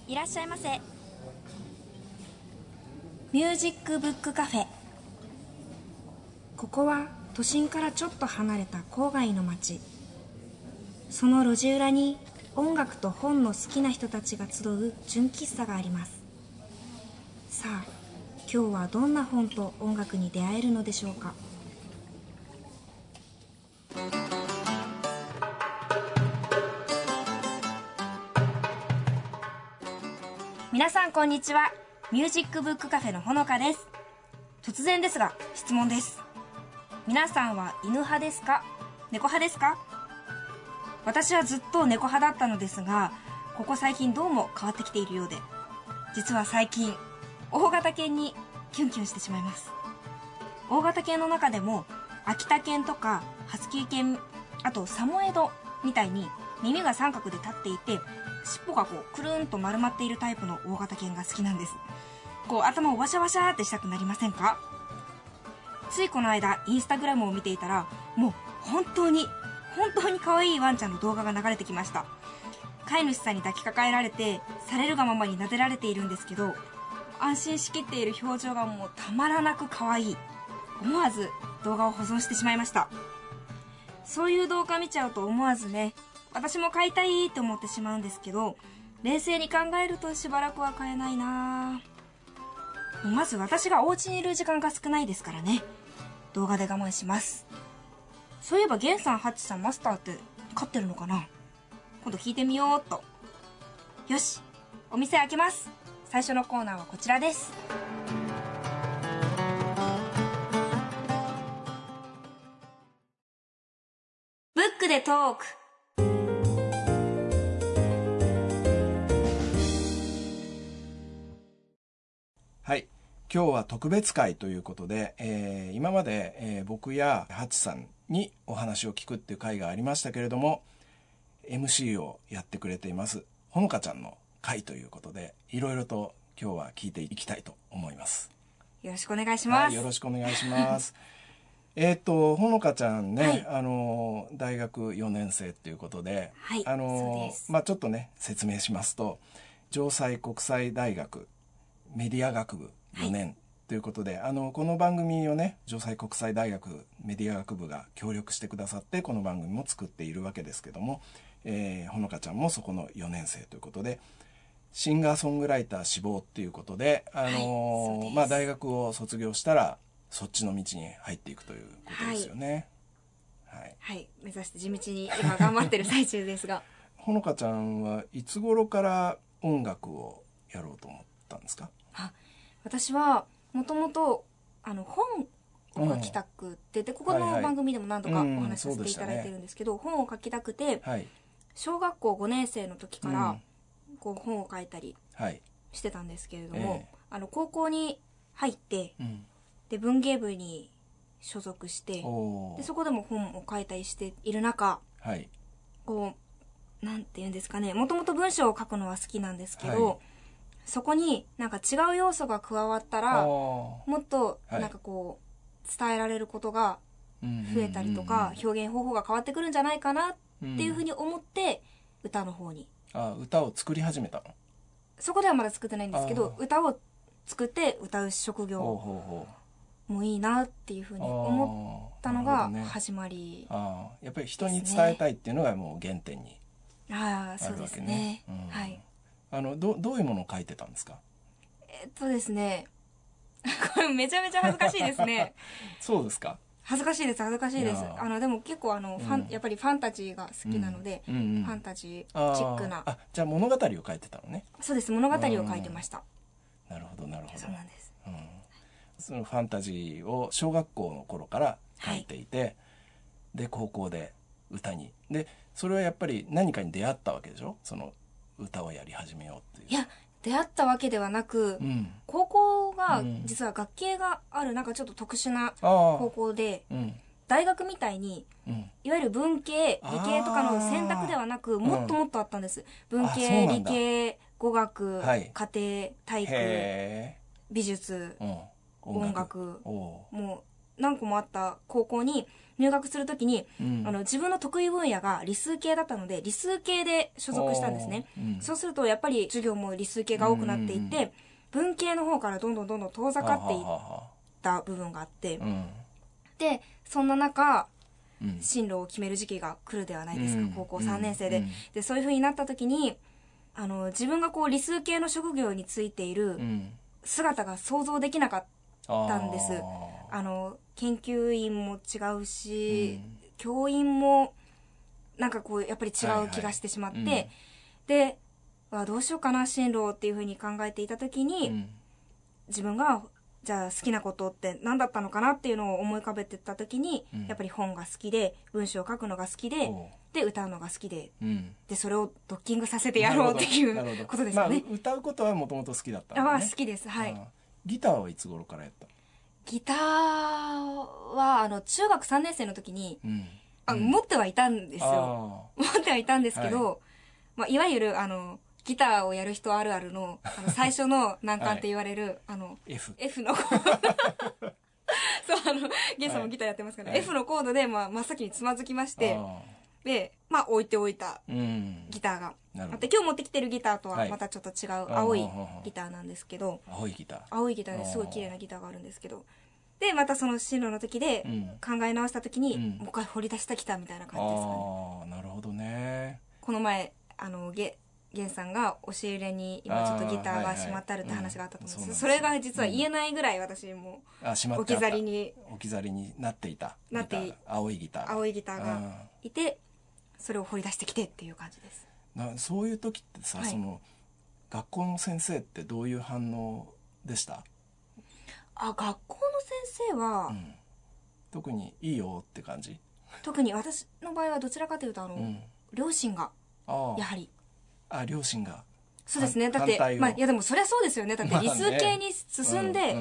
いらっしゃいませ。ミュージックブックカフェ。ここは都心からちょっと離れた郊外の町。その路地裏に音楽と本の好きな人たちが集う純喫茶があります。さあ、今日はどんな本と音楽に出会えるのでしょうか。皆さんこんにちは。ミュージックブックカフェのほのかです。突然ですが質問です。皆さんは犬派ですか、猫派ですか？私はずっと猫派だったのですが、ここ最近どうも変わってきているようで、実は最近大型犬にキュンキュンしてしまいます。大型犬の中でも秋田犬とかハスキー犬、あとサモエドみたいに耳が三角で立っていて、尻尾がこうくるんと丸まっているタイプの大型犬が好きなんです。こう頭をワシャワシャーってしたくなりませんか？ついこの間インスタグラムを見ていたら、もう本当に可愛いワンちゃんの動画が流れてきました。飼い主さんに抱きかかえられて、されるがままに撫でられているんですけど、安心しきっている表情がもうたまらなく可愛い。思わず動画を保存してしまいました。そういう動画見ちゃうと思わずね、私も飼いたいって思ってしまうんですけど、冷静に考えるとしばらくは飼えないな。まず私がお家にいる時間が少ないですからね。動画で我慢します。そういえばゲンさん、ハッチさん、マスターって飼ってるのかな？今度聞いてみようっと。よし、お店開けます。最初のコーナーはこちらです。ブックでトーク。 はい、今日は特別会ということで、今まで、僕やハチさんにお話を聞くっていう会がありましたけれども、 MC をやってくれていますほのかちゃんの会ということで、いろいろと今日は聞いていきたいと思います。 よろしくお願いします。 はい、よろしくお願いしますほのかちゃんね、はい、大学4年生っていうことで、 はい、そうです。 ちょっとね説明しますと、城西国際大学メディア学部4年ということで、この番組をね、城西国際大学メディア学部が協力してくださって、この番組も作っているわけですけども、ほのかちゃんもそこの4年生ということで、シンガーソングライター志望っていうことで、大学を卒業したらそっちの道に入っていくということですよね。 はい、はい、目指して地道に今頑張ってる最中ですがほのかちゃんはいつ頃から音楽をやろうと思ったんですか？ 私はもともと本を書きたくて、でここの番組でも何度かお話しさせていただいてるんですけど、本を書きたくて、はい、小学校5年生の時から、こう本を書いたりしてたんですけれども、高校に入って、で文芸部に所属して、でそこでも本を書いたりしている中、はい、こうなんていうんですかね、もともと文章を書くのは好きなんですけど、はい、そこになんか違う要素が加わったら、もっとなんかこう伝えられることが増えたりとか、表現方法が変わってくるんじゃないかなっていうふうに思って、歌の方に。 歌を作り始めたの？ そこではまだ作ってないんですけど、歌を作って歌う職業もいいなっていうふうに思ったのが始まり、 やっぱり人に伝えたいっていうのがもう原点にあるわけね。 そうですね。はい。 どういうものを書いてたんですか？ ですね、これめちゃめちゃ恥ずかしいですね。 そうですか？ 恥ずかしいです。でも結構やっぱりファンタジーが好きなので、ファンタジーチックな。 じゃあ物語を書いてたのね。 そうです。物語を書いてました。 なるほど、なるほど。 そうなんです。 そのファンタジーを小学校の頃から書いていて、はい、で、高校で歌に。で、それはやっぱり何かに出会ったわけでしょ？その歌をやり始めようっていう。 いや、出会ったわけではなく、高校が実は学系があるなんかちょっと特殊な高校で、大学みたいに、いわゆる文系、理系とかの選択ではなく、もっともっとあったんです。文系、理系、語学、家庭、体育、美術、音楽、もう何個もあった高校に入学するときに、 うん、 自分の得意分野が理数系だったので理数系で所属したんですね、 うん、 そうするとやっぱり授業も理数系が多くなっていって、文系の方からどんどん遠ざかっていった部分があって、でそんな中進路を決める時期が来るではないですか、高校3年生で、でそういう風になった時に自分がこう理数系の職業についている姿が想像できなかったんです。研究員も違うし、教員もなんかこうやっぱり違う気がしてしまって、でどうしようかな進路っていう風に考えていた時に、自分がじゃあ好きなことって何だったのかなっていうのを思い浮かべてた時に、やっぱり本が好きで文章を書くのが好きで、で歌うのが好きで、でそれをドッキングさせてやろうっていうことですよね。 歌うことはもともと好きだったんだね。 好きです。はい。 ギターはいつ頃からやった？ ギターは中学3年生の時に、持ってはいたんですよ。持ってはいたんですけど、いわゆるギターをやる人あるあるの最初の難関って言われる、F のコードそうゲンさんもギターやってますから、F のコードで真っ先につまずきまして、で置いておいたギターがあって、今日持ってきてるギターとはまたちょっと違う青いギターなんですけど、 青いギターですごい綺麗なギターがあるんですけど、でまたその進路の時で考え直した時に、もう一回掘り出したギターみたいな感じですかね。 なるほどね。 この前ゲンさんが押し入れに今ちょっとギターがしまってあるって話があったと思うんです。それが実は言えないぐらい私も置き去りになっていた青いギターがいて、それを掘り出してきてっていう感じです。 そういう時ってさ、その学校の先生ってどういう反応でした？ 学校の先生は、 特にいいよって感じ？ 特に私の場合はどちらかというと両親がやはり両親がそうですね。だっていやでもそりゃそうですよね。だって理数系に進んで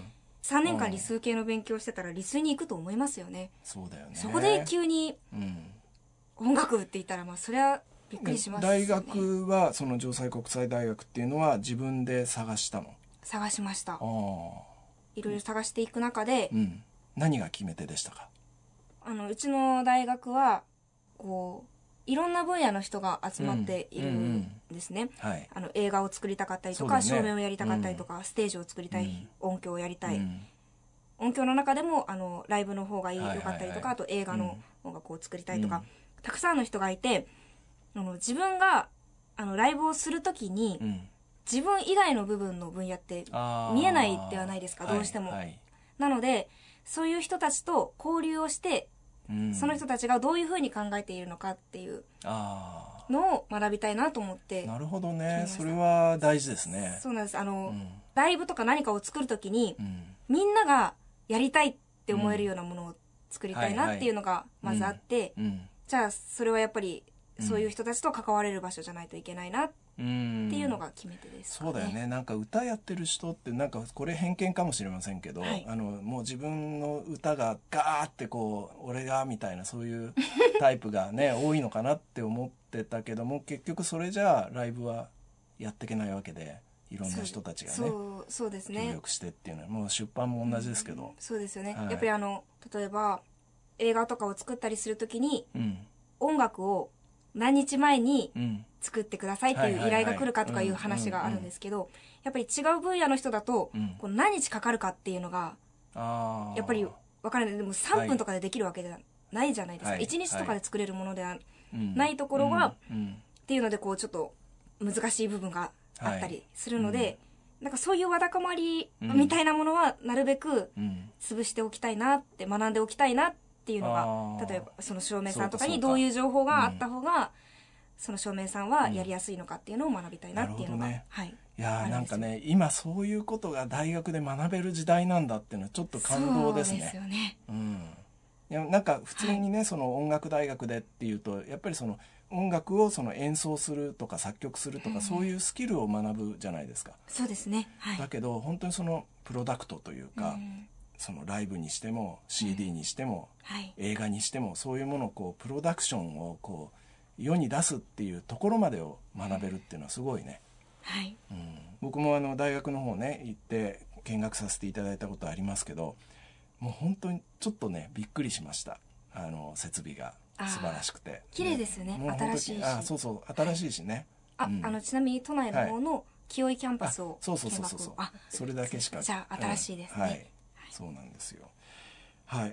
3年間理数系の勉強してたら理数に行くと思いますよね。 そうだよね。 そこで急に音楽部って言ったらそれはびっくりしますよね。 大学はその城西国際大学っていうのは自分で探したの？ 探しました。いろいろ探していく中で、 何が決め手でしたか？ うちの大学はこういろんな分野の人が集まっているんですね。映画を作りたかったりとか、照明をやりたかったりとか、ステージを作りたい、音響をやりたい、音響の中でもライブの方が良かったりとか、あと映画の音楽を作りたいとか、たくさんの人がいて、自分がライブをするときに、自分以外の部分の分野って見えないではないですか、どうしても。なのでそういう人たちと交流をして、その人たちがどういうふうに考えているのかっていうのを学びたいなと思って。 なるほどね。それは大事ですね。 そうなんです。ライブとか何かを作るときに、みんながやりたいって思えるようなものを作りたいなっていうのがまずあって、じゃあそれはやっぱりそういう人たちと関われる場所じゃないといけないなっていうのが決め手ですかね。 そうだよね。なんか歌やってる人ってなんかこれ偏見かもしれませんけど、もう自分の歌がガーってこう俺がみたいなそういうタイプがね多いのかなって思ってたけども、結局それじゃあライブはやっていけないわけで、いろんな人たちがねそうですね、 協力してっていうのはもう出版も同じですけど、 そうですよね、やっぱり例えば映画とかを作ったりするときに、音楽を何日前に作ってくださいっていう依頼が来るかとかいう話があるんですけど、やっぱり違う分野の人だと、こう何日かかるかっていうのがやっぱり分からない。でも3分とかでできるわけじゃないじゃないですか、1日とかで作れるものではないところは、っていうのでこうちょっと難しい部分があったりするので、なんかそういうわだかまりみたいなものはなるべく潰しておきたいなって、学んでおきたいなっていうのが、例えばその照明さんとかにどういう情報があった方が、その照明さんはやりやすいのかっていうのを学びたいなっていうのが、いやなんかね、今そういうことが大学で学べる時代なんだっていうのはちょっと感動ですね。 そうですよね。 いやなんか普通にね、その音楽大学でっていうとやっぱりその音楽をその演奏するとか作曲するとか、そういうスキルを学ぶじゃないですか。 そうですね、 だけど本当にそのプロダクトというか、そのライブにしても CD にしても、映画にしてもそういうものをこうプロダクションをこう世に出すっていうところまでを学べるっていうのはすごいね。僕も大学の方ね行って見学させていただいたことありますけど、 もう本当にちょっとねびっくりしました。設備が素晴らしくて綺麗ですよね。新しいし、 そうそう新しいしね。 ちなみに都内の方の清井キャンパスをそうそれだけしか。 じゃあ新しいですね。 そうなんですよ。はい、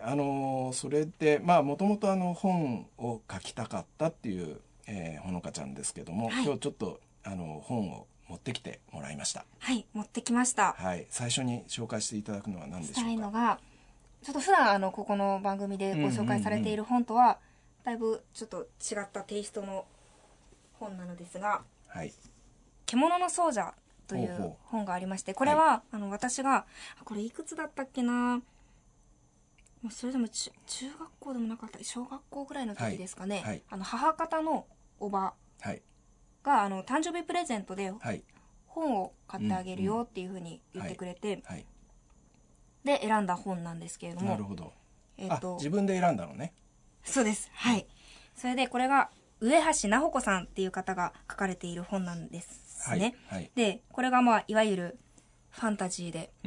それでもともと本を書きたかったっていう、ほのかちゃんですけども、今日ちょっと本を持ってきてもらいました。 はい、持ってきました。 はい、最初に紹介していただくのは何でしょうか。 したいのがちょっと普段ここの番組でご紹介されている本とはだいぶちょっと違ったテイストの本なのですが、 はい、 獣の奏者という本がありまして、これは、私がこれいくつだったっけな、それでも中学校でもなかった小学校ぐらいの時ですかね、母方のおばが、誕生日プレゼントで本を買ってあげるよっていうふうに言ってくれて、で選んだ本なんですけれども。 なるほど。自分で選んだのね。 そうです。はい。それでこれが上橋菜穂子さんっていう方が書かれている本なんですね。でこれがいわゆるファンタジーで、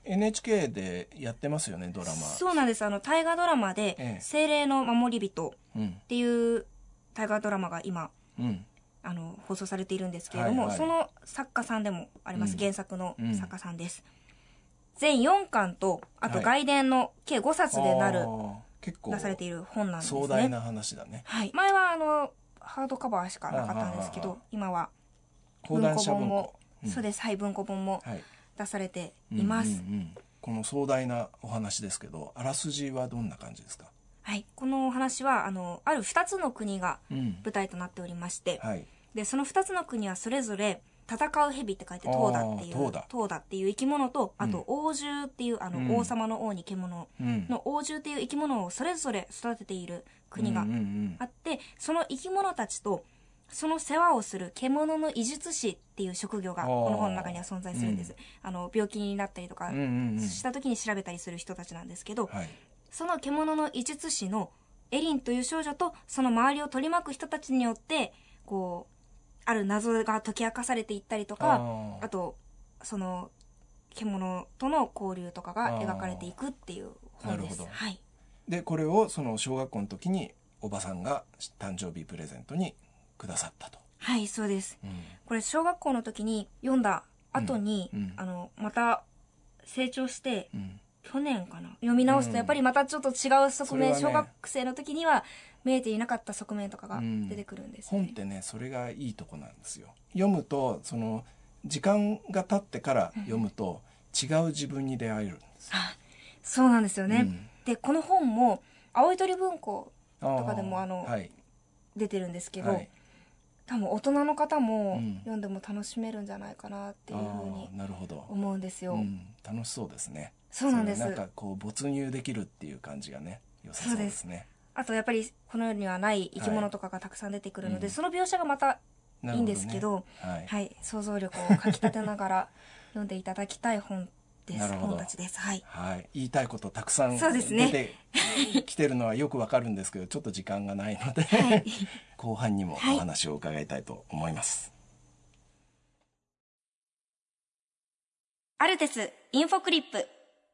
NHK でやってますよね、ドラマ。 そうなんです。大河ドラマで、精霊の守り人っていう大河ドラマが今、放送されているんですけれども、その作家さんでもあります。原作の作家さんです。全4巻とあと外伝の計5冊でなる、 結構出されている本なんですね。 壮大な話だね。 はい。前はハードカバーしかなかったんですけど、今は文庫本も、そうです。はい、文庫本も出されています。 この壮大なお話ですけど、あらすじはどんな感じですか？ はい。このお話はある2つの国が舞台となっておりまして、でその2つの国はそれぞれ戦う蛇って書いてトーダっていうトーダっていう生き物と、あと王獣っていう王様の王に獣の王獣っていう生き物をそれぞれ育てている国があって、その生き物たちとその世話をする獣の医術師っていう職業がこの本の中には存在するんです。病気になったりとかした時に調べたりする人たちなんですけど、その獣の医術師のエリンという少女とその周りを取り巻く人たちによってこうある謎が解き明かされていったりとか、あとその獣との交流とかが描かれていくっていう本です。はい。 でこれをその小学校の時におばさんが誕生日プレゼントにくださったと。 はい、そうです。これ小学校の時に読んだ後に、また成長して、去年かな読み直すとやっぱりまたちょっと違う側面、小学生の時には見えていなかった側面とかが出てくるんですよね。 本ってねそれがいいとこなんですよ。読むとその時間が経ってから読むと違う自分に出会えるんです。 そうなんですよね。でこの本も青い鳥文庫とかでも出てるんですけど、多分大人の方も読んでも楽しめるんじゃないかなっていうふうに思うんですよ。 楽しそうですね。 そうなんです。 なんかこう没入できるっていう感じがね良さそうですね。 あとやっぱりこの世にはない生き物とかがたくさん出てくるので、その描写がまたいいんですけど、想像力をかきたてながら読んでいただきたい本です。本たちです。はい。 言いたいことたくさん出てきてるのはよくわかるんですけど、ちょっと時間がないので、後半にもお話を伺いたいと思います。 アルテスインフォクリップ。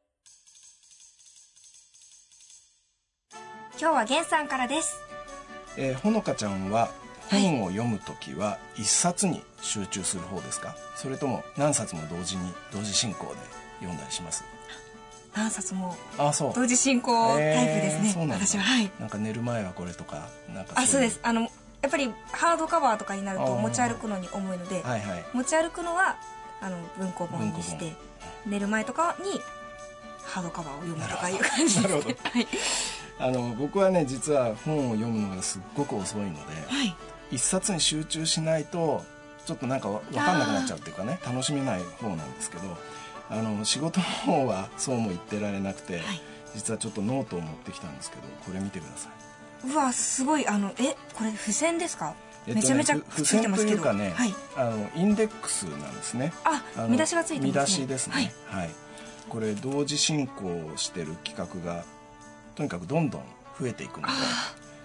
今日はゲンさんからです。 ほのかちゃんは本を読むときは一冊に集中する方ですか？それとも何冊も同時進行で読んだりします？ 何冊も同時進行タイプですね。 そうなんです。 私はなんか寝る前はこれとかなんかそうです。やっぱりハードカバーとかになると持ち歩くのに重いので、持ち歩くのは文庫本にして、寝る前とかにハードカバーを読むとかいう感じです。なるほど。 僕はね実は本を読むのがすっごく遅いので、一冊に集中しないとちょっとなんか分かんなくなっちゃうっていうかね、楽しめない方なんですけど、仕事の方はそうも言ってられなくて、実はちょっとノートを持ってきたんですけど、これ見てください。 うわすごい。これ付箋ですか？めちゃめちゃ付箋というかね、インデックスなんですね。 見出しがついてますね。 見出しですね。これ同時進行してる企画がとにかくどんどん増えていくので、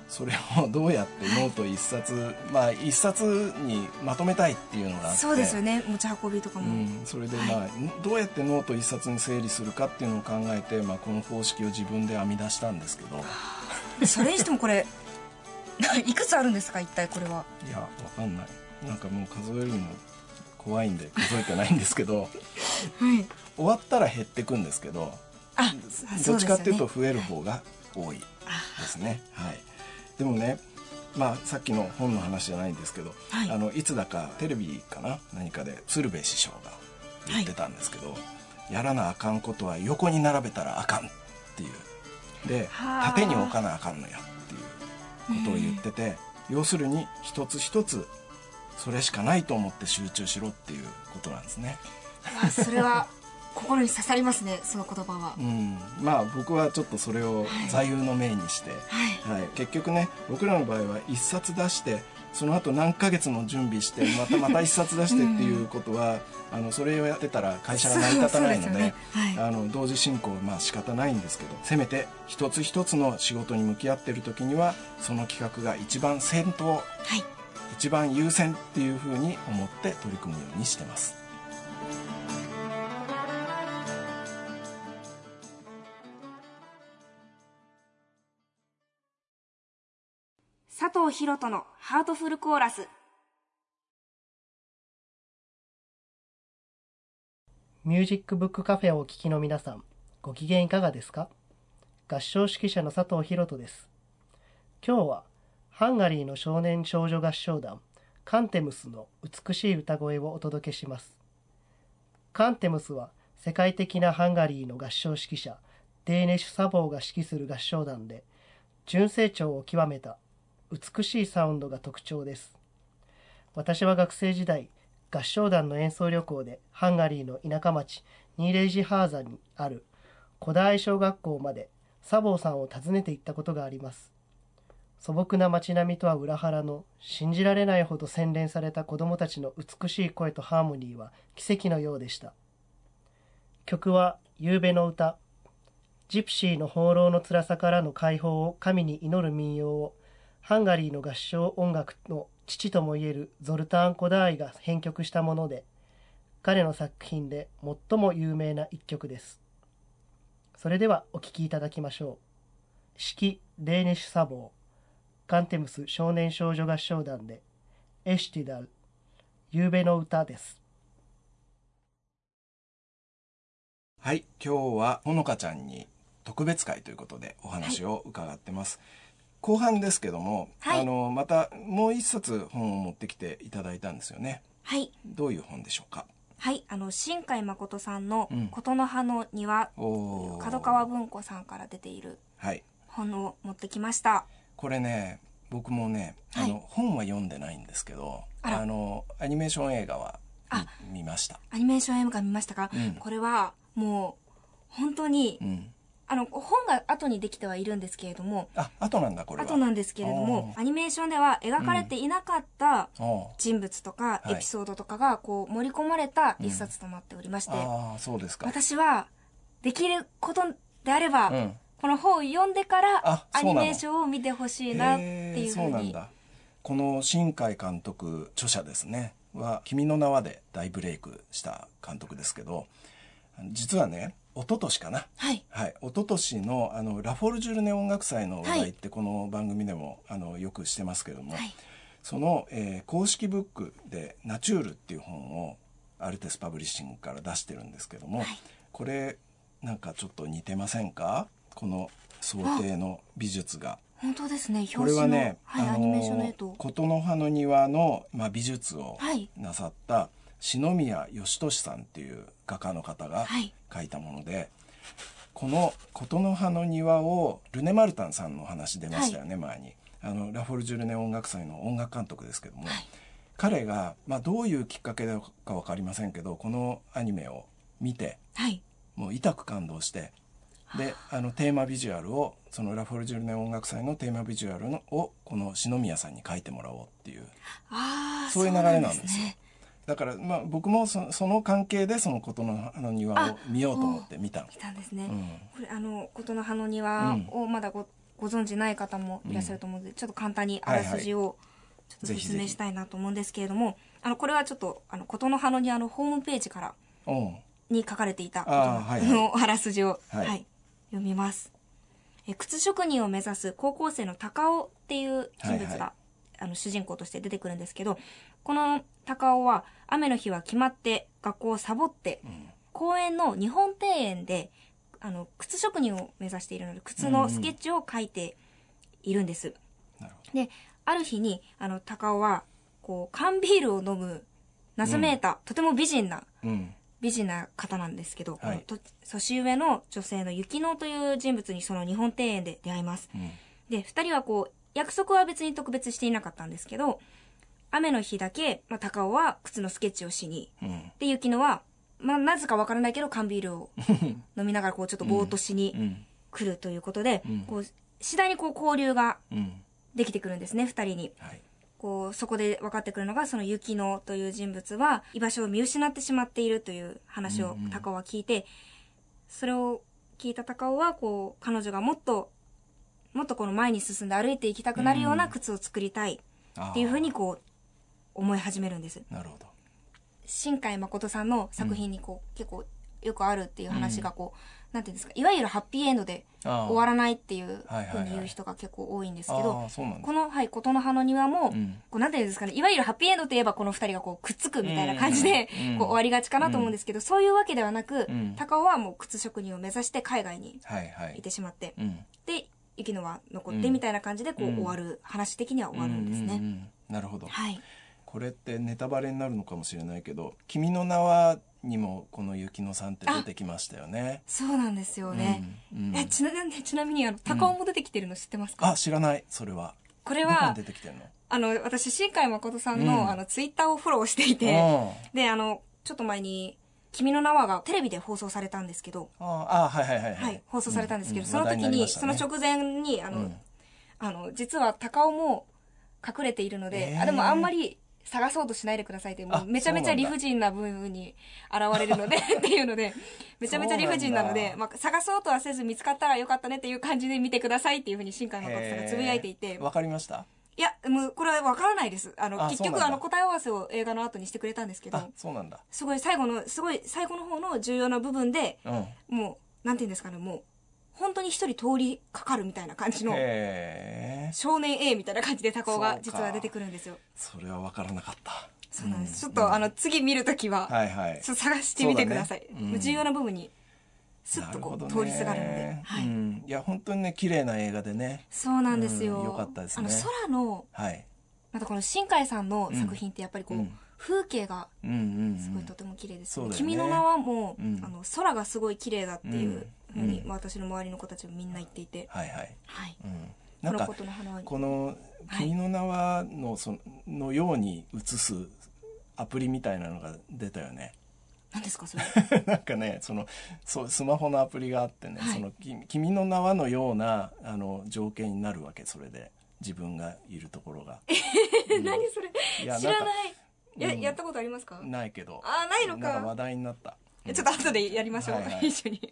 それをどうやってノート一冊、一冊にまとめたいっていうのがあって、 そうですよね、持ち運びとかも、 それでどうやってノート一冊に整理するかっていうのを考えて、この方式を自分で編み出したんですけどそれにしてもこれいくつあるんですか、一体これは。 いや、わかんない。なんかもう数えるの怖いんで数えてないんですけど、はい、終わったら減ってくんですけど、どっちかっていうと増える方が多いですね。はい、でもね、さっきの本の話じゃないんですけど、いつだかテレビかな何かで鶴瓶師匠が言ってたんですけど、やらなあかんことは横に並べたらあかんっていう、で縦に置かなあかんのやっていうことを言ってて、要するに一つ一つそれしかないと思って集中しろっていうことなんですね。 それは心に刺さりますね、その言葉は。 僕はちょっとそれを座右の銘にして、結局ね、僕らの場合は一冊出してその後何ヶ月も準備してまた一冊出してっていうことはそれをやってたら会社が成り立たないので、同時進行は仕方ないんですけど、せめて一つ一つの仕事に向き合っている時にはその企画が一番先頭、一番優先っていうふうに思って取り組むようにしてます。 佐藤ひろとのハートフルコーラス。 ミュージックブックカフェをお聞きの皆さん、ご機嫌いかがですか？合唱指揮者の佐藤ひろとです。今日はハンガリーの少年少女合唱団カンテムスの美しい歌声をお届けします。カンテムスは世界的なハンガリーの合唱指揮者デーネシュ・サボーが指揮する合唱団で、純成長を極めた美しいサウンドが特徴です。私は学生時代、合唱団の演奏旅行でハンガリーの田舎町ニーレージハーザにある古代小学校までサボーさんを訪ねて行ったことがあります。素朴な街並みとは裏腹の信じられないほど洗練された子どもたちの美しい声とハーモニーは奇跡のようでした。曲は夕べの歌、ジプシーの放浪の辛さからの解放を神に祈る民謡をハンガリーの合唱音楽の父ともいえるゾルターン・コダーイが編曲したもので、彼の作品で最も有名な一曲です。それではお聴きいただきましょう。指揮デーネシュ・サボー、カンテムス少年少女合唱団でエシュティダル、夕べの歌です。 はい、今日はほのかちゃんに特別会ということでお話を伺ってます。後半ですけども、またもう一冊本を持ってきていただいたんですよね。はい。どういう本でしょうか？ はい、新海誠さんの琴の葉の庭、角川文庫さんから出ている本を持ってきました。 これね、僕もね、本は読んでないんですけど、アニメーション映画は見ました。 アニメーション映画見ましたか？これはもう本当に、本が後にできてはいるんですけれども、 後なんだ、これは。 後なんですけれども、アニメーションでは描かれていなかった人物とかエピソードとかがこう盛り込まれた一冊となっておりまして、 そうですか。 私はできることであれば、この本を読んでからアニメーションを見てほしいなっていうふうに。 そうなんだ。この新海監督、著者ですね、は君の名はで大ブレイクした監督ですけど、実はね、一昨年かな、一昨年のラフォルジュルネ音楽祭の話題ってこの番組でもよくしてますけども、その、公式ブックでナチュールっていう本をアルテスパブリッシングから出してるんですけども、これなんかちょっと似てませんか？この想定の美術が。 本当ですね。 これはね、 アニメーションの絵と琴の葉の庭の、美術をなさった篠宮義俊さんっていう画家の方が描いたもので、この琴の葉の庭をルネ・マルタンさんの話出ましたよね、前に。ラフォルジュルネ音楽祭の音楽監督ですけども、彼が、どういうきっかけか分かりませんけど、このアニメを見て、もう痛く感動して、でテーマビジュアルを、そのラフォルジュルネ音楽祭のテーマビジュアルをこの篠宮さんに描いてもらおうっていう、そういう流れなんですよ。だから僕もその関係でその琴の葉の庭を見ようと思って見たんですね。これ琴の葉の庭をまだご存知ない方もいらっしゃると思うので、ちょっと簡単にあらすじをちょっと説明したいなと思うんですけれども、これはちょっと琴の葉の庭のホームページからに書かれていたのあらすじを、はい、読みます。靴職人を目指す高校生の高尾っていう人物が、主人公として出てくるんですけど、この高尾は雨の日は決まって学校をサボって、公園の日本庭園で靴職人を目指しているので靴のスケッチを描いているんです。で、ある日に高尾はこう缶ビールを飲む謎めいた、とても美人な方なんですけど、はい、年上の女性の雪乃という人物にその日本庭園で出会います。で、二人はこう約束は別に特別していなかったんですけど、雨の日だけ、高尾は靴のスケッチをしに、で、雪乃はなぜかわからないけど缶ビールを飲みながらこうちょっとぼーっとしに来るということで、こう次第にこう交流ができてくるんですね、二人に。はい、こうそこで分かってくるのが、その雪乃という人物は居場所を見失ってしまっているという話を高尾は聞いて、それを聞いた高尾はこう彼女がもっとこの前に進んで歩いていきたくなるような靴を作りたいっていうふうにこう思い始めるんです。 なるほど。 新海誠さんの作品にこう、結構よくあるっていう話がこう、なんていうんですか、いわゆるハッピーエンドで終わらないっていうふうに言う人が結構多いんですけど、この、はい、琴の葉の庭も、こうなんていうんですかね、いわゆるハッピーエンドといえばこの二人がこうくっつくみたいな感じで、こう終わりがちかなと思うんですけど、そういうわけではなく、高尾はもう靴職人を目指して海外にいてしまって、で、雪乃は残ってみたいな感じでこう終わる、話的には終わるんですね。 なるほど。 はい。 これってネタバレになるのかもしれないけど、君の名はにもこの雪乃さんって出てきましたよね。 そうなんですよね。ちなみに高尾も出てきてるの知ってますか？ 知らない。それはこれはどこに出てきてるの？ 私新海誠さんの、ツイッターをフォローしていて、でちょっと前に君の名はがテレビで放送されたんですけど、はい放送されたんですけど、その時に、その直前に実は高尾も隠れているので、でもあんまり探そうとしないでくださいって、もうめちゃめちゃ理不尽な部分に現れるのでっていうので、めちゃめちゃ理不尽なので、探そうとはせず見つかったらよかったねっていう感じで見てくださいっていうふうに新海誠さんがつぶやいていて。 わかりました？ いや、もうこれはわからないです。結局答え合わせを映画の後にしてくれたんですけど、 そうなんだ。 すごい最後の方の重要な部分で、もう、なんていうんですかね、もう、本当に一人通りかかるみたいな感じの、少年 A みたいな感じで高尾が実は出てくるんですよ。 それは分からなかった。 そうなんです。ちょっと次見るときは、ちょっと探してみてください。重要な部分に、スッとこう通りすがるので。 いや、本当にね、綺麗な映画でね。 そうなんですよ。 よかったですね。 空の、またこの新海さんの作品ってやっぱりこう、風景がすごいとても綺麗ですね。君の名はもう、空がすごい綺麗だっていうふうに、私の周りの子たちもみんな言っていて。 なんかこの君の名はのように映すアプリみたいなのが出たよね。 何ですかそれ？ なんかね、スマホのアプリがあってね、その君の名はのような条件になるわけ。それで自分がいるところが。 何それ？知らない。やったことありますか？ ないけど。 ないのか。 なんか話題になった。 ちょっと後でやりましょう。一緒に。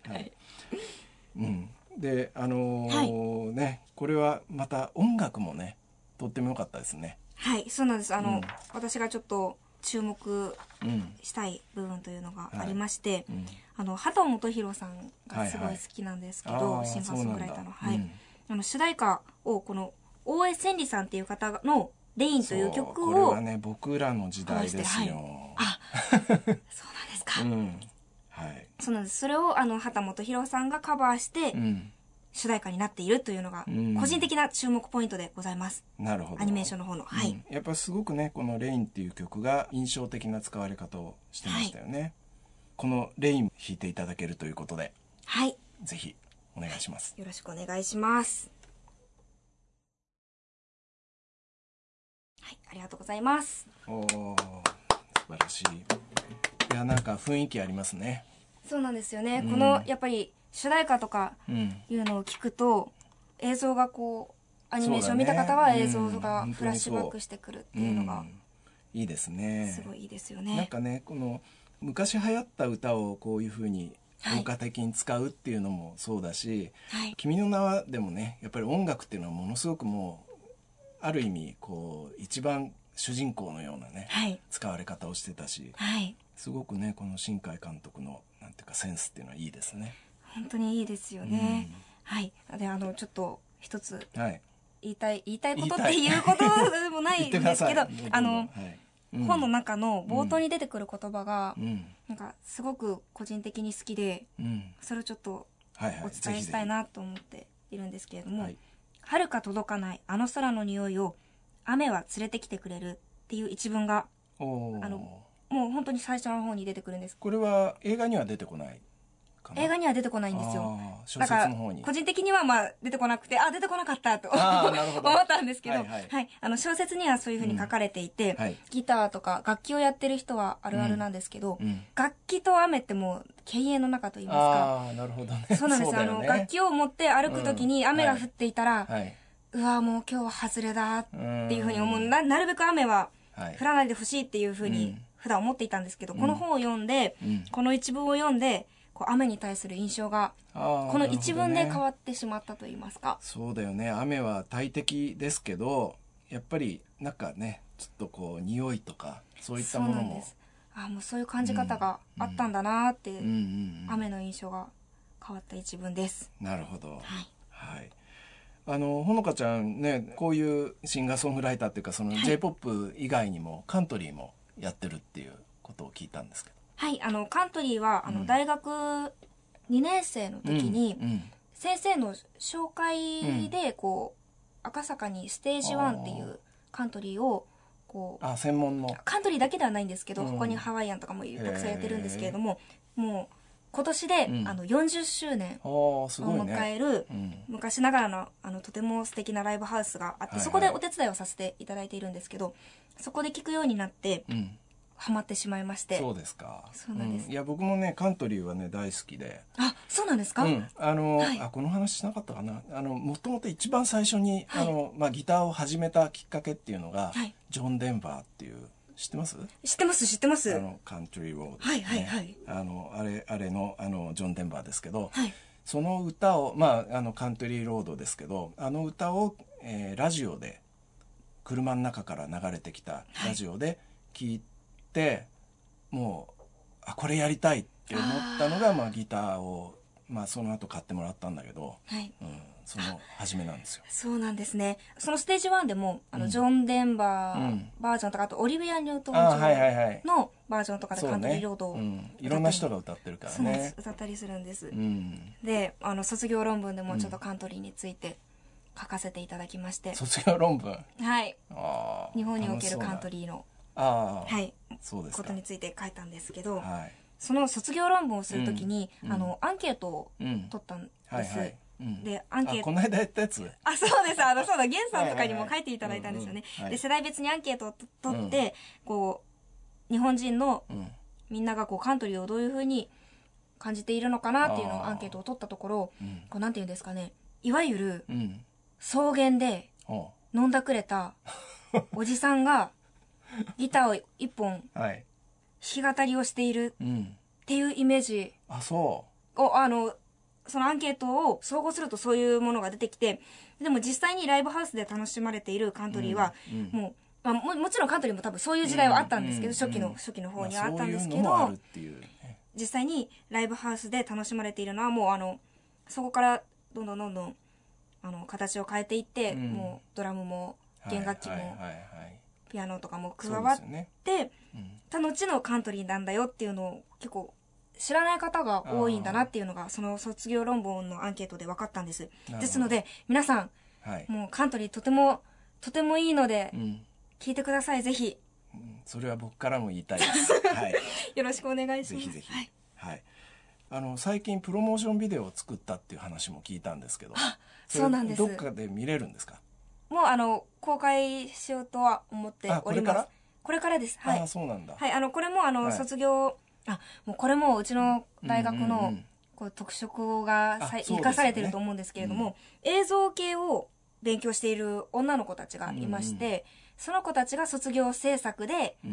でね、これはまた音楽もねとっても良かったですね。 はい、そうなんです。私がちょっと注目したい部分というのがありまして、秦基博さんがすごい好きなんですけど、シンガーソングライターの、主題歌をこの大江千里さんっていう方のレインという曲を、 これはね僕らの時代ですよ。 そうなんですか。そうなんです。それを秦基博さんがカバーして、主題歌になっているというのが個人的な注目ポイントでございます。 なるほど。 アニメーションの方の。 やっぱりすごくね、このレインっていう曲が印象的な使われ方をしてましたよね。このレイン弾いていただけるということで、ぜひお願いします。 よろしくお願いします。はい、ありがとうございます。 素晴らしい。いや、なんか雰囲気ありますね。 そうなんですよね。このやっぱり主題歌とかいうのを聞くと、映像がこうアニメーションを見た方は映像がフラッシュバックしてくるっていうのがいいですね。 すごいいいですよね。 なんかね、この昔流行った歌をこういう風に効果的に使うっていうのもそうだし、 はい君の名はでもね、やっぱり音楽っていうのはものすごくもうある意味こう一番主人公のようなね、 はい使われ方をしてたし、 はいすごくねこの新海監督のなんていうかセンスっていうのはいいですね。 本当にいいですよね、はいでちょっと一つはい。 言いたいことっていうことでもないん言ってくだですけどさい。はい本の中の冒頭に出てくる言葉が、 うんなんかすごく個人的に好きで、 うんそれをちょっとはいはい。 お伝えしたいなと思っているんですけれども、 はい遥か届かないあの空の匂いを雨は連れてきてくれるっていう一文がおーもう本当に最初の方に出てくるんです。 これは映画には出てこないかな。 映画には出てこないんですよ。 あー小だから説の方に。 個人的には出てこなくて、出てこなかったとあーなるほど思ったんですけど、 はいはい小説にはそういうふうに書かれていて、 はいギターとか楽器をやってる人はあるあるなんですけど、 うん楽器と雨ってもう経営の中と言いますか、 ああなるほどね。 そうなんですだよね楽器を持って歩く時に雨が降っていたら、 はい。 うわもう今日は外れだっていうふうに思う。 んなるべく雨ははい降らないでほしいっていうふうに普段思っていたんですけど、この本を読んで、 うんこの一文を読んでこう雨に対する印象があーこの一文で変なるほどねわってしまったと言いますか。 そうだよね。雨は大敵ですけどやっぱりなんかねちょっとこう匂いとかそういったものもそうなんです。もうそういう感じ方があったんだなーって、 うんうんうん雨の印象が変わった一文です。 なるほど。 はい。 はい。ほのかちゃんねこういうシンガーソングライターっていうかそのはい J-POP 以外にもカントリーもやってるっていうことを聞いたんですけど。 はい、カントリーは大学2年生の時に、 うん先生の紹介でこう、赤坂にステージ1っていうカントリーをこう専門の。 カントリーだけではないんですけど、 うん他にハワイアンとかもたくさんやってるんですけれども、もう今年で、40周年すをごいね。 迎える、 うん昔ながらのとても素敵なライブハウスがあって、 はいはいそこでお手伝いをさせていただいているんですけど、そこで聞くようになってうんハマってしまいまして。 そうですか。 そうなんですいや僕もねカントリーはね大好きで。 そうなんですか、 うん、 はいこの話しなかったかな。もともと一番最初に、ギターを始めたきっかけっていうのが、 はいジョン・デンバーっていう知ってます？ 知ってますカントリー・ロード、ね、 はいはいはいあれのジョン・デンバーですけど、 はいその歌をカントリー・ロードですけど歌を、ラジオで車の中から流れてきたラジオで聞いて、もうこれやりたいって思ったのがギターをその後買ってもらったんだけど、 はいその初めなんですよ。 そうなんですね。そのステージ1でもジョン・デンバーバージョンとか、あとオリビア・ニュートン・ジョンのバージョンとかでカントリーロードを、 いろんな人が歌ってるからそうなんですね。 歌ったりするんです、 うんで卒業論文でもちょっとカントリーについて書かせていただきまして、 卒業論文。 はいあー日本におけるカントリーのはいいそうですか。 ことについて書いたんですけど、 はい。 その卒業論文をするときに、アンケートをうん取ったんです、 はいはい。うんでアンケートこの間やったやつ。 そうですそうだゲンさんとかにも書いていただいたんですよね、 はいはいはいで世代別にアンケートを取って、こう日本人のうんみんながこうカントリーをどういうふうに感じているのかなっていうのをアンケートを取ったところ、 うんこうなんていうんですかね、いわゆるうん。 草原でお飲んだくれたおじさんがギターを一本はい。 弾き語りをしているうん。 っていうイメージそをそのアンケートを総合するとそういうものが出てきて、でも実際にライブハウスで楽しまれているカントリーは、もう、もちろんカントリーも多分そういう時代はあったんですけど、初期の方にはあったんですけど、実際にライブハウスで楽しまれているのはもうそこからどんどん形を変えていって、もうドラムも弦楽器もピアノとかも加わってた後のカントリーなんだよっていうのを結構知らない方が多いんだなっていうのがその卒業論文のアンケートで分かったんです。ですので皆さん、もうカントリーとてもいいので聞いてください、ぜひ。 それは僕からも言いたいです。はい。 よろしくお願いします。 ぜひぜひ。はい。最近プロモーションビデオを作ったっていう話も聞いたんですけど。 そうなんです。 どっかで見れるんですか？ もう公開しようとは思っております。これからです。はい。 そうなんだ。 はい。これも卒業、もうこれもうちの大学のこう特色が生かされてると思うんですけれども、映像系を勉強している女の子たちがいまして、その子たちが卒業制作で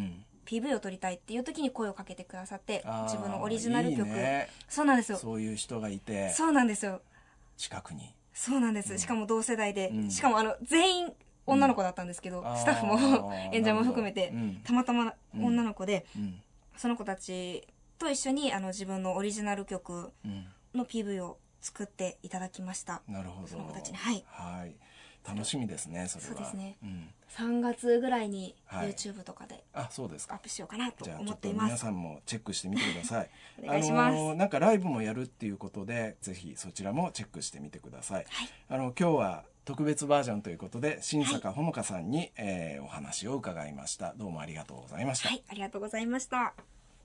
PV を撮りたいっていう時に声をかけてくださって、 あー自分のオリジナル曲。 いいね。 そうなんですよ。 そういう人がいて、 そうなんですよ。 近くに。 そうなんです。しかも同世代で、 うんしかも全員女の子だったんですけど、スタッフも演者も含めて、たまたま女の子で、その子たちと一緒に自分のオリジナル曲の PV を作っていただきました。 なるほど。 その子たちに。はい。 はい。楽しみですね、それは。 そうですね。 うん 3月ぐらいにはい YouTube とかであ、そうですか。 アップしようかなとじゃあちょっと思っています。 皆さんもチェックしてみてください。 お願いしますなんかライブもやるっていうことで、ぜひそちらもチェックしてみてください。今日は特別バージョンということで、新坂ほのかさんに、お話を伺いました。どうもありがとうございました。 はい、ありがとうございました。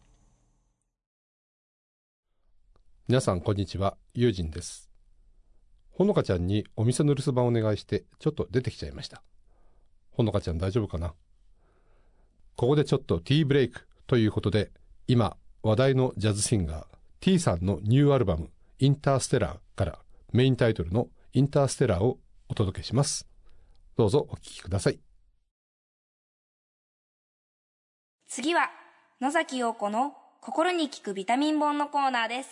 皆さんこんにちは、ゆうじんです。ほのかちゃんにお店の留守番をお願いしてちょっと出てきちゃいました。ほのかちゃん大丈夫かな。ここでちょっとティーブレイクということで、今話題のジャズシンガー T さんのニューアルバムインターステラーからメインタイトルのインターステラーをお届けします。どうぞお聴きください。 次は野崎陽子の心に効くビタミン本のコーナーです。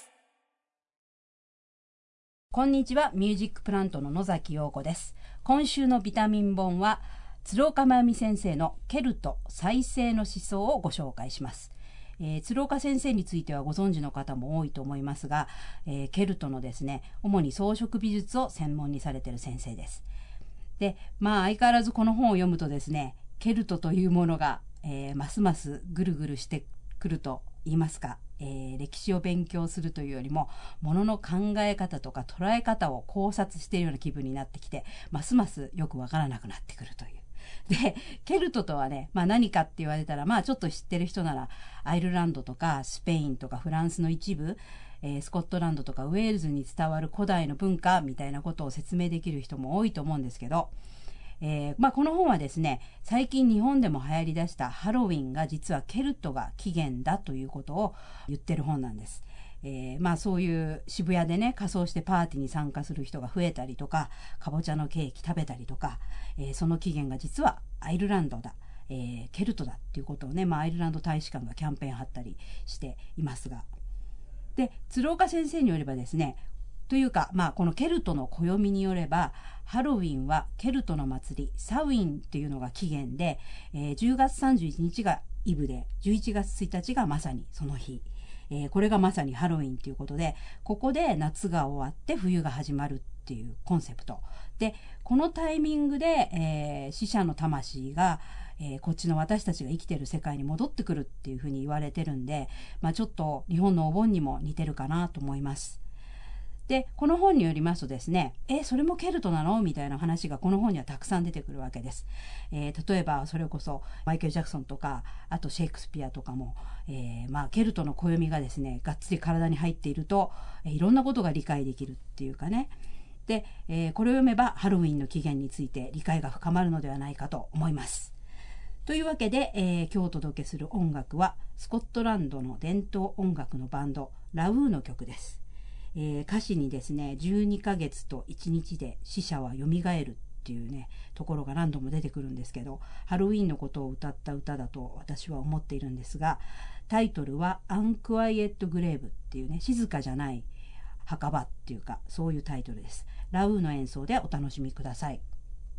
こんにちは、ミュージックプラントの野崎陽子です。今週のビタミン本は鶴岡真由美先生のケルト再生の思想をご紹介します。鶴岡先生についてはご存知の方も多いと思いますが、ケルトのですね、主に装飾美術を専門にされている先生です。で、相変わらずこの本を読むとですね、ケルトというものが、ますますぐるぐるしてくると言いますか、歴史を勉強するというよりもものの考え方とか捉え方を考察しているような気分になってきて、ますますよくわからなくなってくるという。で、ケルトとはね、何かって言われたら、ちょっと知ってる人ならアイルランドとかスペインとかフランスの一部、スコットランドとかウェールズに伝わる古代の文化みたいなことを説明できる人も多いと思うんですけど、この本はですね、最近日本でも流行りだしたハロウィンが実はケルトが起源だということを言ってる本なんです。そういう渋谷でね、仮装してパーティーに参加する人が増えたりとか、かぼちゃのケーキ食べたりとか、その起源が実はアイルランドだ、ケルトだっていうことをね、アイルランド大使館がキャンペーン張ったりしていますが、で、鶴岡先生によればですね、というか、このケルトの暦によれば、ハロウィンはケルトの祭り、サウィンっていうのが起源で、10月31日がイブで、11月1日がまさにその日。これがまさにハロウィンということで、ここで夏が終わって冬が始まるっていうコンセプト。で、このタイミングで、死者の魂が、こっちの私たちが生きてる世界に戻ってくるっていうふうに言われてるんで、ちょっと日本のお盆にも似てるかなと思います。で、この本によりますとですね、それもケルトなのみたいな話がこの本にはたくさん出てくるわけです。例えばそれこそマイケル・ジャクソンとか、あとシェイクスピアとかも、ケルトの暦がですね、がっつり体に入っていると、いろんなことが理解できるっていうかね。で、これを読めばハロウィンの起源について理解が深まるのではないかと思います。というわけで、今日お届けする音楽はスコットランドの伝統音楽のバンドラウーの曲です。歌詞にですね、12ヶ月と1日で死者はよみがえるっていうね、ところが何度も出てくるんですけど、ハロウィンのことを歌った歌だと私は思っているんですが、タイトルはアンクワイエットグレーブっていうね、静かじゃない墓場っていうか、そういうタイトルです。ラウーの演奏でお楽しみください。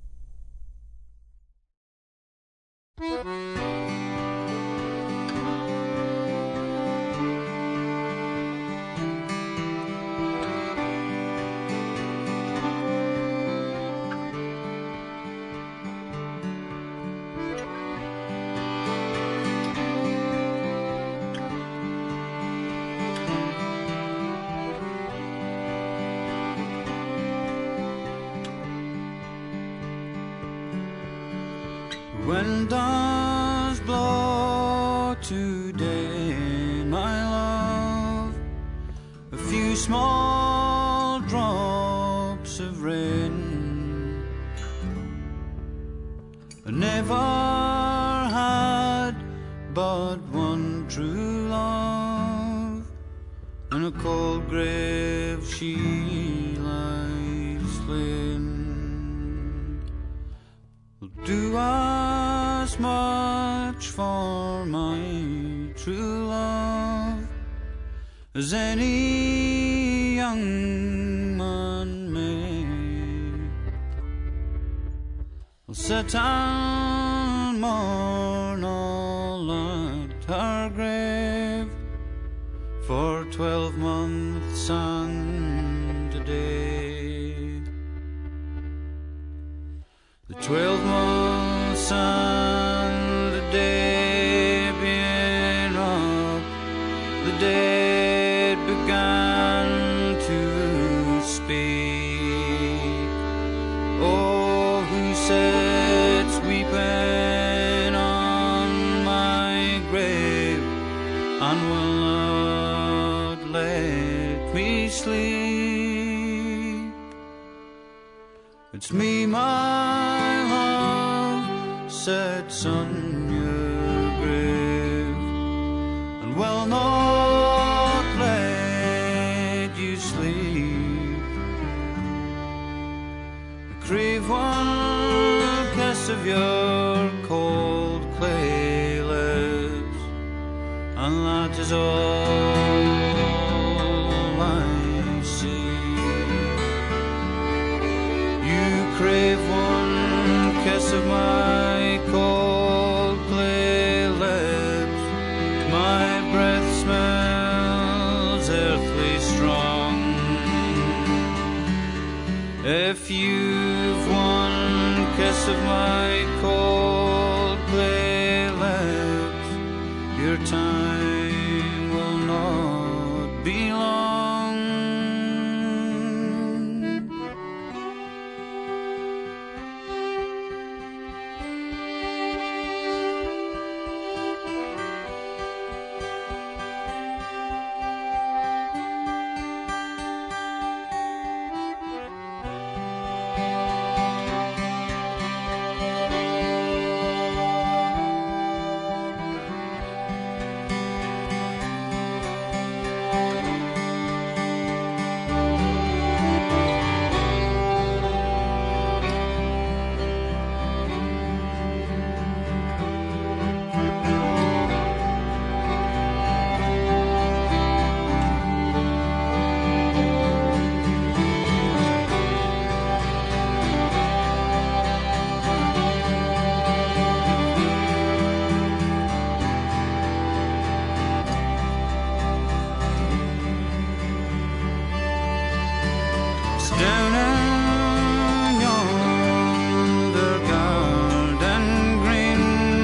When does blow today, my love? A few small drops of rain. I never had but one true love. In a cold grave she lies slain. Do as much much for my true love as any young man may. I'll sit and mourn all at her grave for 12 months and a day. The 12 months and a day being up, the dead began to speak. Oh, who sits weeping on my grave and will not let me sleep? It's me, my love, sits on your grave and will not let you sleep. I crave one kiss of your cold clay lips, and that is all I see. You crave one kiss of my cold clay lips, my breath smells earthly strong. If you've one kiss of my cold clay lips, your time will not be long. Down in yonder garden green,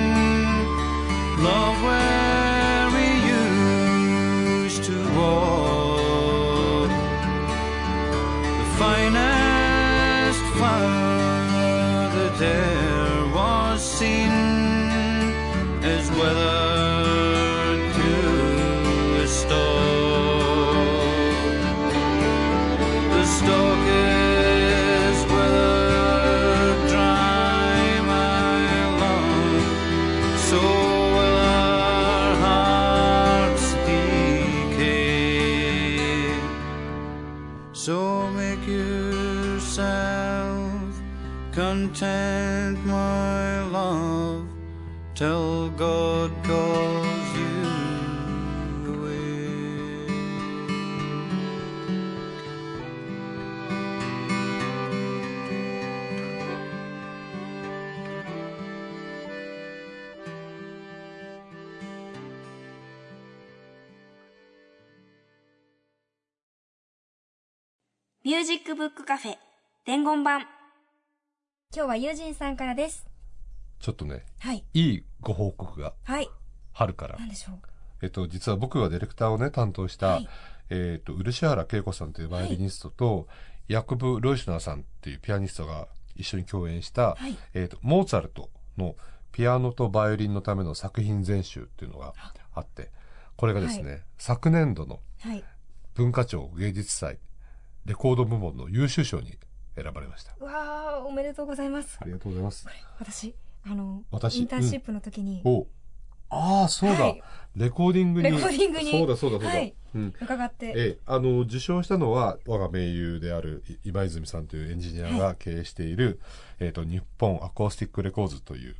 love, where we used to walk, the finest flower that e'er was seen is withered to a stalk. The stalk is withered dry, my love, so will our hearts decay. So make yourself content, my love, till God calls you away. ミュージックブックカフェ伝言版。今日はユージンさんからです。 ちょっとね、 はい。 いいご報告がはい。 春から。 何でしょう。 実は僕がディレクターをね、担当した、 はい、 漆原恵子さんというバイオリニストと、ヤクブ・ロイシュナーさんっていうピアニストが一緒に共演した、 はい、 モーツァルトのピアノとバイオリンのための作品全集っていうのがあって、これがですね、はい、昨年度の文化庁芸術祭レコード部門の優秀賞に選ばれました。 うわー、おめでとうございます。 ありがとうございます。 私インターンシップの時に、 ああ、そうだ、はい、レコーディングにそうだ、はい、伺って受賞したのは我が盟友である今泉さんというエンジニアが経営している、日本アコースティックレコーズという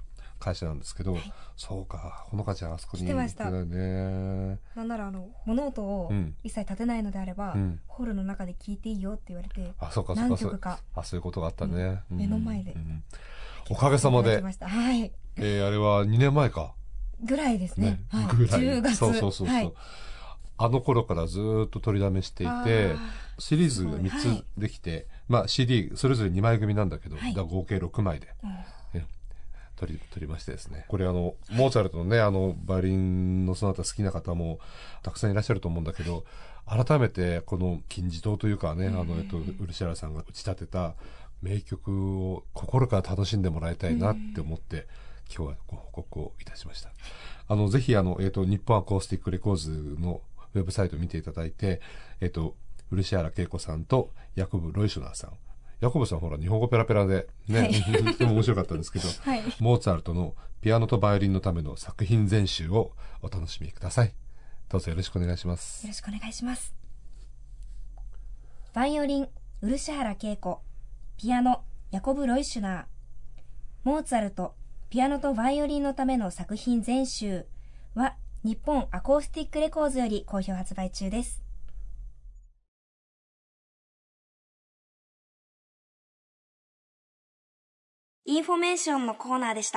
会社なんですけど、そうか、ほのかちゃんあそこに来てました行ってたよね。 なんなら物音をうん一切立てないのであれば、 うんホールの中で聞いていいよって言われて、 あ、そうかそう何か、そう曲かいうことがあったね。うん目の前でうんおかげさまでいただきました。はい。 あれは2年前か。 ぐらいですね。はい、 ぐらい。 10月。 そうそうそうそう、 はい、 あの頃からずっと取りだめしていあて、 ーシリーズがすごい 3つできて、まあ CD それぞれ2枚組なんだけど、 はいだから合計6枚で、 うん取りましてですね。これモーツァルトのね、バイオリンのソナタ好きな方もたくさんいらっしゃると思うんだけど、改めてこの金字塔というかね、ウルシェラさんが打ち立てた名曲を心から楽しんでもらいたいなって思って、今日はご報告をいたしました。ぜひ日本アコースティックレコーズのウェブサイトを見ていただいて、ウルシアラ恵子さんとヤコブ・ロイシュナーさん。ヤコブさんほら日本語ペラペラでね、 はいとても面白かったんですけど、 はい、 モーツァルトのピアノとバイオリンのための作品全集をお楽しみください。どうぞよろしくお願いします。 よろしくお願いします。バイオリン、漆原恵子。ピアノ、ヤコブ・ロイシュナー。モーツァルト、ピアノとバイオリンのための作品全集は、日本アコースティックレコーズより好評発売中です。インフォメーションのコーナーでした。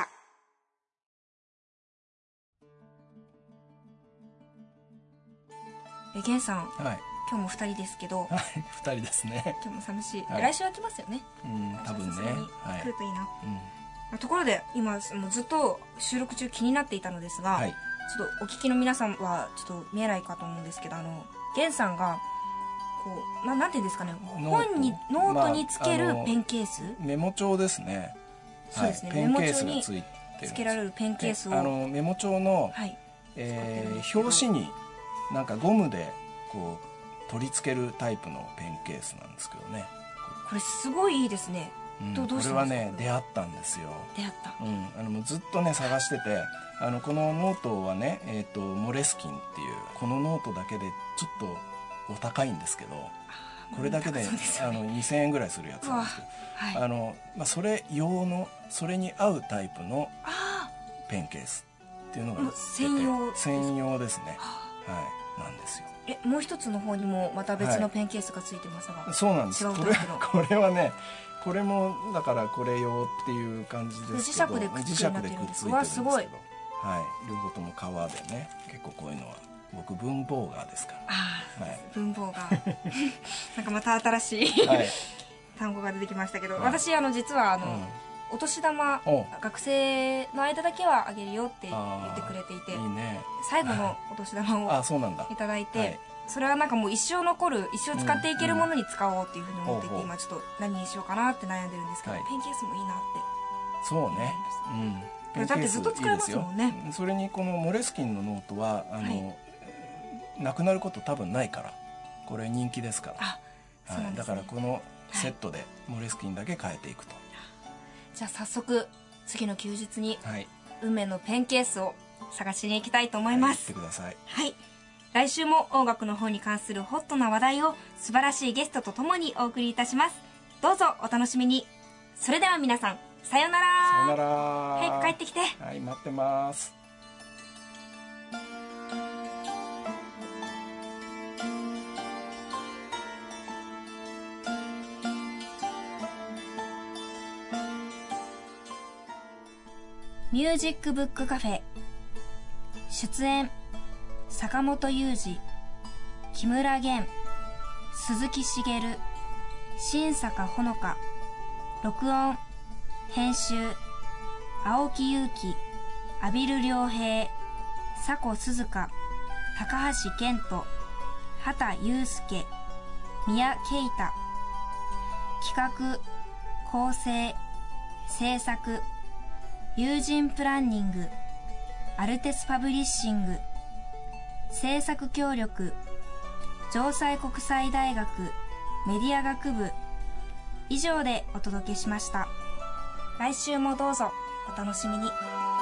ゲンさん、 はい。 今日も2人ですけど、 はい、2人ですね。 今日も寂しい。 はい来週は来ますよね。 多分ね。 さすがにはい来る。といいな。 うん。 ところで今もうずっと収録中気になっていたのですが、 はい。 ちょっとお聞きの皆さんはちょっと見えないかと思うんですけど、ゲンさんがこうなんていうんですかね、ノートにつけるペンケース、 メモ帳ですね。 そうですね、 はい、ペンケースがついてるんです。 つけられるペンケースをメモ帳の、 はい表紙になんかゴムでこう取り付けるタイプのペンケースなんですけどね。 これすごいいいですね。どうしたんですか？ これはね出会ったんですよ。 出会った。 もうずっとね探してて、このノートはね、モレスキンっていうこのノートだけでちょっとお高いんですけど、これだけで、 そうですよね、 2000円ぐらいするやつなんですけど、 はいそれ用のそれに合うタイプのペンケースっていうのがもう専用ですね。はいなんですよ。 もう一つの方にもまた別のペンケースがついてますが、 そうなんです。 違うタイプのこれはね、これもだからこれ用っていう感じですけど、 磁石でくっついてるんです。 磁石でくっついてるんですけど、 わすごい。 はい両方とも革でね、結構こういうのは僕文房ガーですから。はい、 文房ガーなんかまた新しい、 はい、 単語が出てきましたけど、 はい、 私実はお年玉学生の間だけはあげるよって言ってくれていて、 いいね、 最後のお年玉をそうなんだいただいて、 はい、 それはなんかもう一生残る、一生使っていけるものに使おうっていうふうに思っていて、今ちょっと何にしようかなって悩んでるんですけど、ペンケースもいいなって。 そうね、 ペンケースだってずっと使えますもんね。 それにこのモレスキンのノートはなくなること多分ないから、これ人気ですから。だからこのセットでモレスキンだけ変えていくと。 じゃあ早速次の休日に運命のペンケースを探しに行きたいと思います。 行ってください。 はい。来週も音楽の方に関するホットな話題を素晴らしいゲストとともにお送りいたします。どうぞお楽しみに。それでは皆さん、さようなら。 さようなら。 早く帰ってきて。 はい、待ってます。 ミュージックブックカフェ。出演坂本雄二、木村玄、鈴木茂、新坂ほのか。録音編集青木祐希、阿比留良平、佐古鈴鹿、高橋健人、畑祐介、宮慶太。企画構成制作友人プランニング、アルテスパブリッシング。制作協力城西国際大学メディア学部。以上でお届けしました。来週もどうぞお楽しみに。